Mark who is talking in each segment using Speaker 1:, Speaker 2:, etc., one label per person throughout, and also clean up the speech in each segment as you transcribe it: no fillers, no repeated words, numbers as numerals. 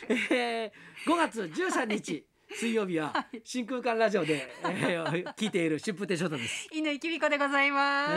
Speaker 1: 5月13日水曜日は真空管ラジオで、聞いている春風亭昇太です。
Speaker 2: 犬きびこでございます、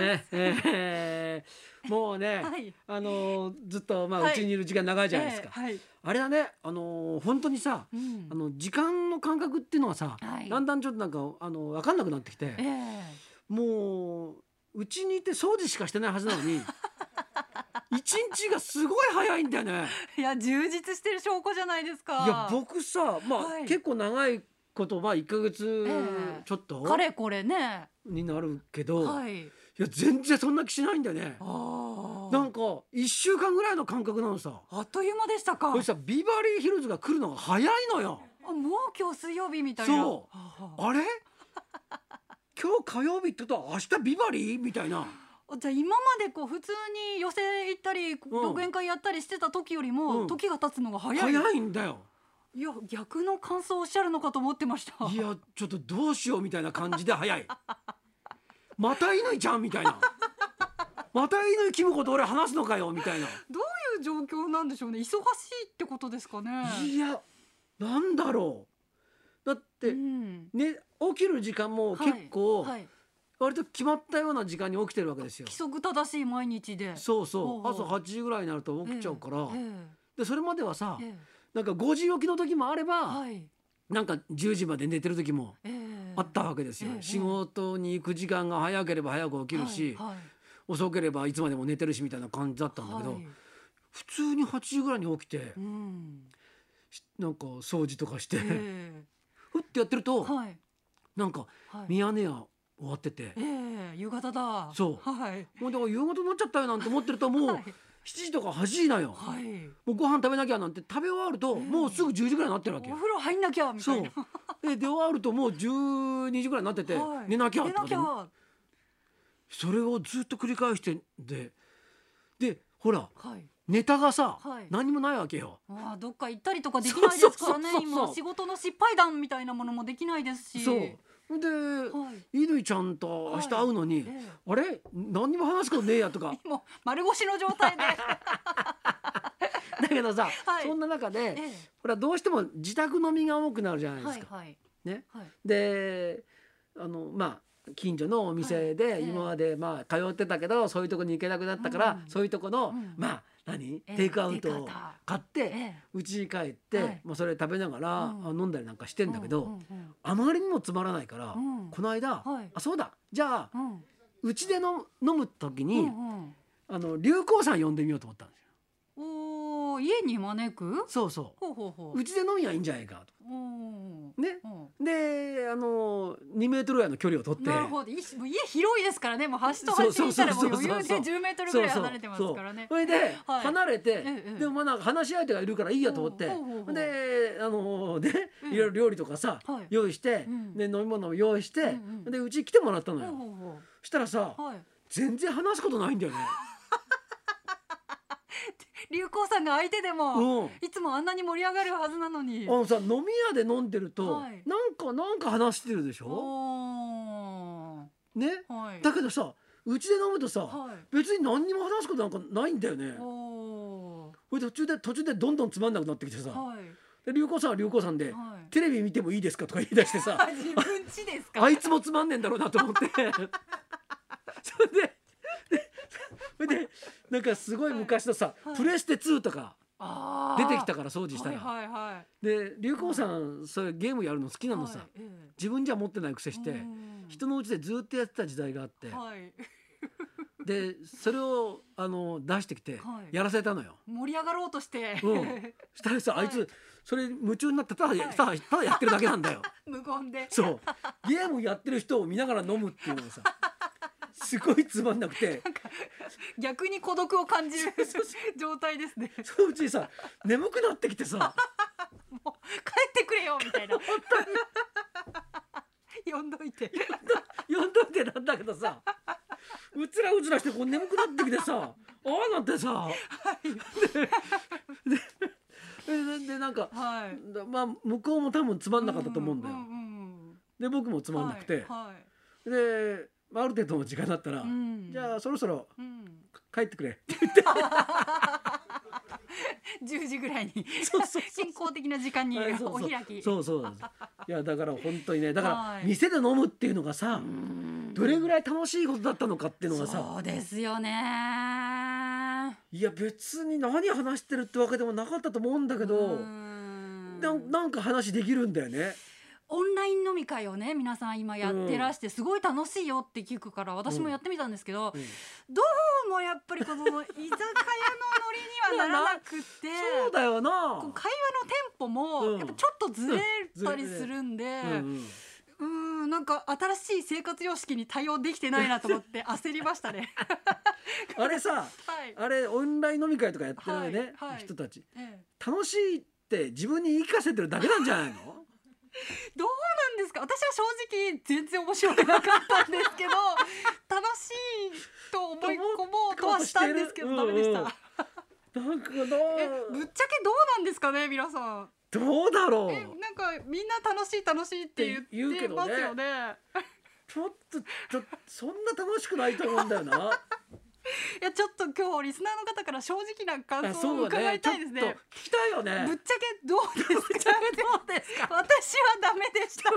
Speaker 1: もうね、ずっとうちにいる時間長いじゃないですか、あれだね、本当にさ、時間の感覚っていうのはさ、だんだんちょっとなんか分かんなくなってきて、もうちにいて掃除しかしてないはずなのに一日がすごい早いんだよね。
Speaker 2: いや充実してる証拠じゃないですか。
Speaker 1: いや僕さ、結構長いこと1ヶ月ちょっと、
Speaker 2: かれこれね
Speaker 1: になるけど、いや全然そんな気しないんだよね。なんか1週間ぐらいの感覚なのさ。
Speaker 2: あっという間でしたか。
Speaker 1: これさビバリーヒルズが来るのが早いのよ。
Speaker 2: もう今日水曜日みたいな。
Speaker 1: そうあれ今日火曜日ってことは明日ビバリーみたいな。
Speaker 2: じゃあ今まで普通に寄席行ったり独演会やったりしてた時よりも時が経つのが早い。
Speaker 1: 早いんだよ。
Speaker 2: いや逆の感想をおっしゃるのかと思ってました。
Speaker 1: いやちょっとどうしようみたいな感じで早い。また乾ちゃんみたいな。また乾きむこと俺話すのかよみたいな。
Speaker 2: どういう状況なんでしょうね。忙しいってことですかね。
Speaker 1: いやなんだろう。だって、ね起きる時間も結構、割と決まったような時間に起きてるわけですよ。
Speaker 2: 規則正しい毎日で。
Speaker 1: そうそう朝8時ぐらいになると起きちゃうから、でそれまではさ、なんか5時起きの時もあれば、なんか10時まで寝てる時もあったわけですよ。仕事に行く時間が早ければ早く起きるし、遅ければいつまでも寝てるしみたいな感じだったんだけど、普通に8時ぐらいに起きて、なんか掃除とかして、ふってやってると、なんかミヤネ屋終わってて、
Speaker 2: 夕方だ。
Speaker 1: そう、もうだから夕方になっちゃったよなんて思ってるともう7時とか8時だよ。もうご飯食べなきゃなんて食べ終わるともうすぐ10時ぐらいになってるわけ。
Speaker 2: お風呂入んなきゃみたいな。
Speaker 1: で終わるともう12時ぐらいになってて、寝なきゃってことで、それをずっと繰り返してでほら、ネタがさ、何もないわけよ。
Speaker 2: どっか行ったりとかできないですからね。今仕事の失敗談みたいなものもできないですし。
Speaker 1: そうで、乾ちゃんと明日会うのに、あれ何にも話すことねえやとか
Speaker 2: もう丸腰の状態で
Speaker 1: だけどさ、そんな中で、ほらどうしても自宅飲みが多くなるじゃないですか。ね、で近所のお店で今まで通ってたけどそういうとこに行けなくなったから、そういうとこのテイクアウトを買って家に帰ってそれ食べながら飲んだりなんかしてんだけど、あまりにもつまらないから、この間そうだじゃあうちで飲む時に龍光さん呼んでみようと思ったんですよ。
Speaker 2: 家に招く？
Speaker 1: そうそう。うちで飲みはいいんじゃないかと。ね。で2メートルぐらいの距離を取って。
Speaker 2: なるほど。家広いですからね。もう端と端にいたらもう余裕で10メートルぐらい離れてますからね。
Speaker 1: それで離れて、でもなんか話し相手がいるからいいやと思って、でいろいろ料理とかさ用意して、で飲み物も用意して、でうち来てもらったのよ。そしたらさ、全然話すことないんだよね。
Speaker 2: 龍光さんが相手でも、いつもあんなに盛り上がるはずなのに。
Speaker 1: さ飲み屋で飲んでると、なんか話してるでしょ。ね、だけどさうちで飲むとさ、別に何にも話すことなんかないんだよね。途中でどんどんつまんなくなってきてさ、で龍光さんは龍光さんで、テレビ見てもいいですかとか言い出してさ
Speaker 2: 自分家ですか。
Speaker 1: あいつもつまんねえんだろうなと思ってそれでなんかすごい昔のさ、プレステ2とか出てきたから掃除したら、で龍光さんそういうゲームやるの好きなのさ、自分じゃ持ってないくせして人のうちでずっとやってた時代があって、でそれを出してきてやらせたのよ。
Speaker 2: 盛り上がろうとして
Speaker 1: したらさ、あいつそれ夢中になってただやってるだけなんだよ。
Speaker 2: 無言で。
Speaker 1: そうゲームやってる人を見ながら飲むっていうのがさすごいつまんなくて、
Speaker 2: 逆に孤独を感じる状態ですね。
Speaker 1: そのうちにさ眠くなってきてさ
Speaker 2: もう帰ってくれよみたいな呼んどいて
Speaker 1: なんだけどさ、うつらしてこう眠くなってきてさなんてさ、でなんか、向こうも多分つまんなかったと思うんだよ。で僕もつまんなくて、である程度の時間だったら、じゃあそろそろ帰ってくれって言って
Speaker 2: 10時ぐらいに
Speaker 1: そうそう
Speaker 2: 進行的な時間にお開き。
Speaker 1: そうそうなんです。いやだから本当にね、だから店で飲むっていうのがさ、どれぐらい楽しいことだったのかっていうのがさ、
Speaker 2: そうですよね。
Speaker 1: いや別に何話してるってわけでもなかったと思うんだけど、なんか話できるんだよね。
Speaker 2: オンライン飲み会をね皆さん今やってらしてすごい楽しいよって聞くから私もやってみたんですけど、どうもやっぱりこの居酒屋のノリにはならなくて
Speaker 1: そうだよな、
Speaker 2: 会話のテンポもやっぱちょっとずれたりするんで、なんか新しい生活様式に対応できてないなと思って焦りましたね。
Speaker 1: あれさ、あれオンライン飲み会とかやってるね、人たち楽しいって自分に言い聞かせてるだけなんじゃないの？
Speaker 2: どうなんですか。私は正直全然面白くなかったんですけど楽しいと思い込もうとはしたんですけどダメでした。なんかぶっちゃけどうなんですかね皆さん。
Speaker 1: どうだろう。
Speaker 2: なんかみんな楽しい楽しいって言ってますよね。
Speaker 1: ちょっとそんな楽しくないと思うんだよな。
Speaker 2: いやちょっと今日リスナーの方から正直な感想を伺いたいですね。
Speaker 1: 聞きたいよね。
Speaker 2: ぶっちゃけどうですか。私はダメでした。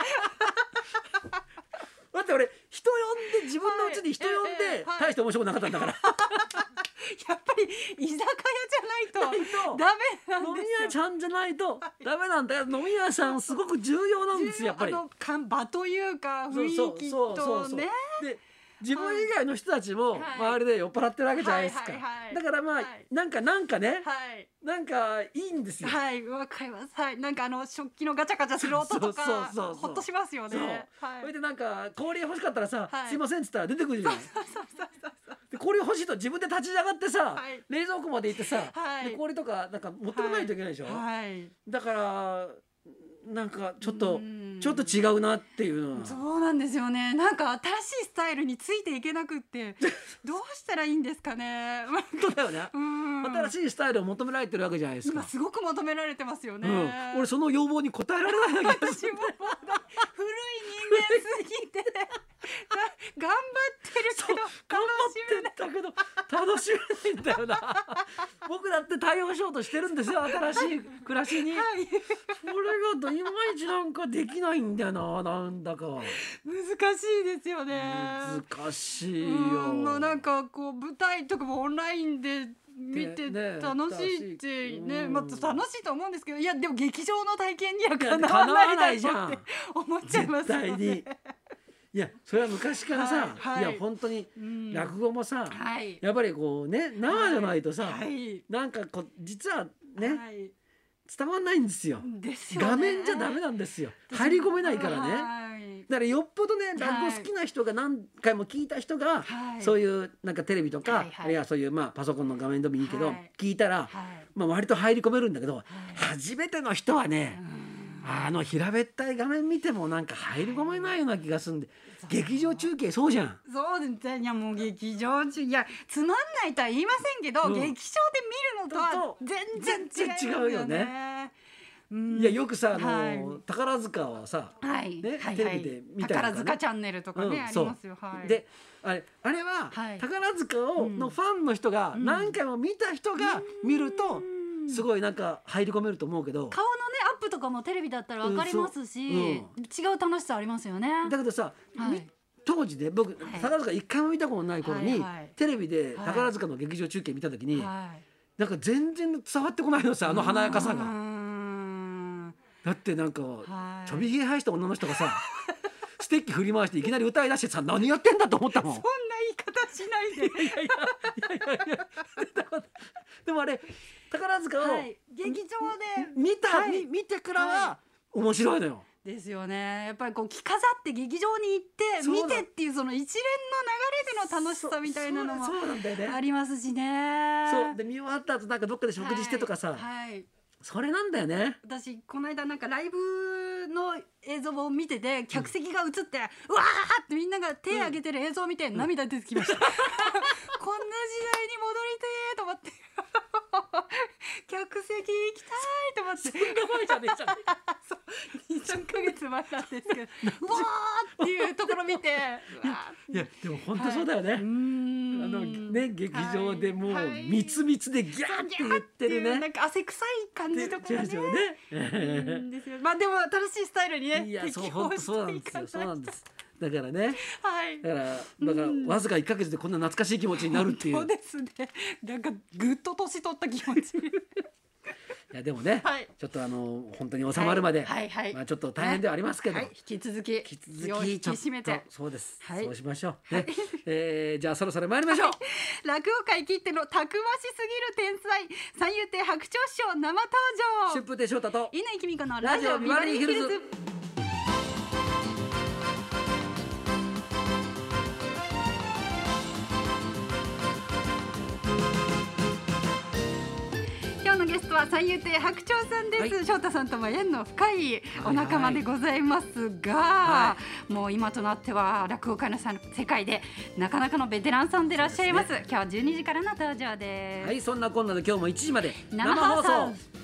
Speaker 1: だって俺人呼んで自分のうちに人呼んで大して面白くなかったんだから。
Speaker 2: やっぱり居酒屋じゃないとダメなんですよ。
Speaker 1: 飲み屋ちゃんじゃないとダメなんだよ。飲み屋さんすごく重要なんですよやっぱり。
Speaker 2: 場というか雰囲気とね。
Speaker 1: 自分以外の人たちも周りで酔っ払ってるわけじゃないですか。だからまあなんかね、なんかいいんですよ。
Speaker 2: はい、わかります。はい、なんか食器のガチャガチャする音とかほっとしますよね。
Speaker 1: それでなんか氷欲しかったらさ、すいませんっつったら出てくるじゃん。で氷欲しいと自分で立ち上がってさ、冷蔵庫まで行ってさ、で氷とかなんか持ってこないといけないでしょ。だからなんかちょっと違うなっていうのは。
Speaker 2: そうなんですよね。なんか新しいスタイルについていけなくってどうしたらいいんですかね。
Speaker 1: 本当だよね。新しいスタイルを求められてるわけじゃないですか。
Speaker 2: 今すごく求められてますよね。
Speaker 1: 俺その要望に応えられないわけです。
Speaker 2: 私も古い人間すぎて頑張ってるけど
Speaker 1: 楽しめないんだよな。僕だって対応しようとしてるんですよ新しい暮らしに。それがいまいちなんかできないんだよな。なんだか
Speaker 2: 難しいですよね。
Speaker 1: 難しいよ。
Speaker 2: なんかこう舞台とかもオンラインで見て楽しいってね、楽しいと思うんですけど、いやでも劇場の体験にはかなわないじゃんって思っちゃいますよね。絶対に。
Speaker 1: いやそれは昔からさ、いや本当に落語もさ、やっぱりこうね生じゃないとさ、なんかこう実はね伝わんないんですよ。画面じゃダメなんですよ。入り込めないからね。だからよっぽどね落語好きな人が何回も聞いた人がそういうなんかテレビとかあるいはそういうパソコンの画面でもいいけど聞いたら割と入り込めるんだけど、初めての人はね平べったい画面見てもなんか入り込めないような気がするんで。劇場中継そうじゃん。
Speaker 2: そうですね。いやもう劇場中いやつまんないとは言いませんけど、劇場で見るのとは全然違うよね。
Speaker 1: いやよくさ宝塚をさテレビで見たりとか
Speaker 2: 宝塚チャンネルとかねありますよ。
Speaker 1: であれは宝塚のファンの人が何回も見た人が見るとすごいなんか入り込めると思うけど、
Speaker 2: 顔のねアップとかもテレビだったら分かりますし、違う楽しさありますよね。
Speaker 1: だけどさ当時で僕宝塚一回も見たことない頃にテレビで宝塚の劇場中継見た時になんか全然伝わってこないのさ、華やかさが。だってなんかちょびひげ生やした女の人がさステッキ振り回していきなり歌い出してさ何やってんだと思ったもん。
Speaker 2: そんな言い方しないで。
Speaker 1: でもあれ宝塚を
Speaker 2: 劇場で
Speaker 1: 見てからは面白いのよ。
Speaker 2: ですよね。やっぱりこう着飾って劇場に行って見てっていうその一連の流れでの楽しさみたいなのもありますしね。
Speaker 1: そうで見終わった後なんかどっかで食事してとかさ、それなんだよね。
Speaker 2: 私この間なんかライブの映像を見てて客席が映って、うわーってみんなが手を挙げてる映像を見て涙出てきました。こんな時代に戻りてーと思って。客席行きたいと思って。
Speaker 1: そんな前じゃねえじゃん。
Speaker 2: そう2、3ヶ月前なんですけど、うわーっていうところ見て。
Speaker 1: いやでも本当そうだよね。 ね劇場でもうみつみつでギャーって言ってるね、
Speaker 2: なんか汗臭い感じとかね。ですよ。まあでも新しいスタイルにね。
Speaker 1: いやそう本当そうなんですよ。そうなんです。だからね。だからわずか1ヶ月でこんな懐かしい気持ちになるっていう。
Speaker 2: そうですね。なんかぐっと年取った気持ち。
Speaker 1: いやでもね、ちょっと本当に収まるまで、まあちょっと大変ではありますけど、
Speaker 2: 引き続きちょっと
Speaker 1: そうです。そうしましょう。ね、じゃあそろそろ参りましょう。
Speaker 2: 落語界きってのたくましすぎる天才、三遊亭白鳥師匠生登場。
Speaker 1: 春風亭昇太と
Speaker 2: 稲井君のラジオビバリーヒルズ。ゲストは三遊亭白鳥さんです。翔太さんとも縁の深いお仲間でございますが、もう今となっては落語界の世界でなかなかのベテランさんでいらっしゃいます。今日は12時からの登場です。
Speaker 1: はい、そんなこんなで今日も1時まで生放送。